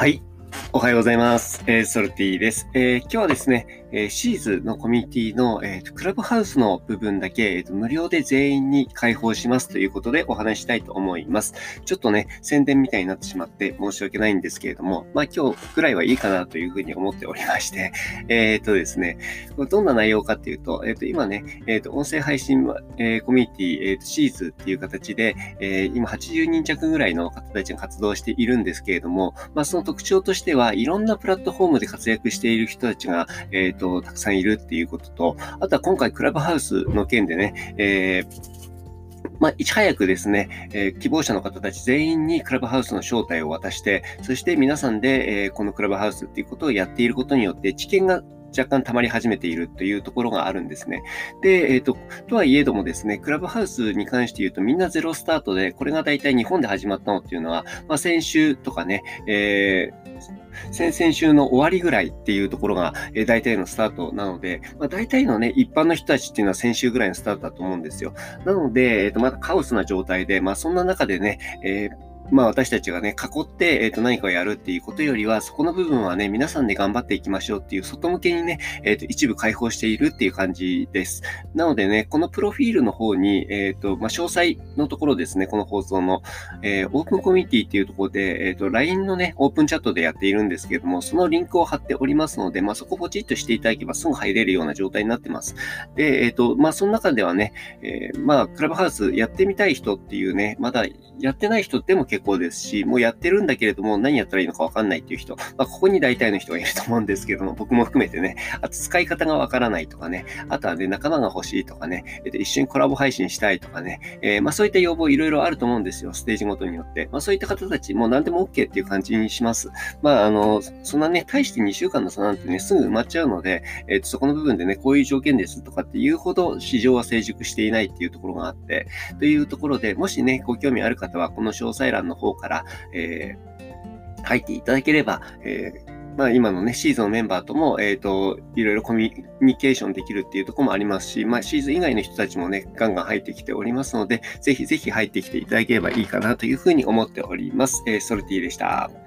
はい。おはようございます。ソルティです。今日はですね、シーズのコミュニティの、クラブハウスの部分だけ、無料で全員に開放しますということでお話ししたいと思います。ちょっとね、宣伝みたいになってしまって申し訳ないんですけれども、今日くらいはいいかなというふうに思っておりまして、ですね、これどんな内容かっていうと、今ね、音声配信、コミュニティ、シーズっていう形で、今80人弱ぐらいの方たちが活動しているんですけれども、その特徴としてはいろんなプラットフォームで活躍している人たちが、たくさんいるっていうことと、あとは今回クラブハウスの件でね、いち早くですね、希望者の方たち全員にクラブハウスの招待を渡して、そして皆さんで、このクラブハウスっていうことをやっていることによって知見が若干溜まり始めているというところがあるんですね。で、とはいえどもですね、クラブハウスに関して言うとみんなゼロスタートで、これが大体日本で始まったのっていうのは、先週とかね、先々週の終わりぐらいっていうところが、大体のスタートなので、大体のね、一般の人たちっていうのは先週ぐらいのスタートだと思うんですよ。なので、まだカオスな状態で、そんな中でね、私たちがね、囲って、何かをやるっていうことよりは、そこの部分はね、皆さんで頑張っていきましょうっていう、外向けにね、一部開放しているっていう感じです。なのでね、このプロフィールの方に、詳細のところですね、この放送の、オープンコミュニティっていうところで、LINE のね、オープンチャットでやっているんですけれども、そのリンクを貼っておりますので、そこをポチッとしていただけばすぐ入れるような状態になってます。で、その中ではね、クラブハウスやってみたい人っていうね、まだやってない人でも結構ですし、もうやってるんだけれども、何やったらいいのかわかんないっていう人、ここに大体の人がいると思うんですけども、僕も含めてね、あと使い方がわからないとかね、あとはね、仲間が欲しいとかね、一緒にコラボ配信したいとかね、そういった要望いろいろあると思うんですよ、ステージごとによって。そういった方たち、もう何でも OK っていう感じにします。そんなね、大して2週間の差なんてね、すぐ埋まっちゃうので、そこの部分でね、こういう条件ですとかっていうほど市場は成熟していないっていうところがあって、というところで、もしね、ご興味ある方は、この詳細欄の方から、入っていただければ、今のね、シーズンのメンバーとも、いろいろコミュニケーションできるっていうところもありますし、シーズン以外の人たちもね、ガンガン入ってきておりますので、ぜひぜひ入ってきていただければいいかなというふうに思っております。ソルティでした。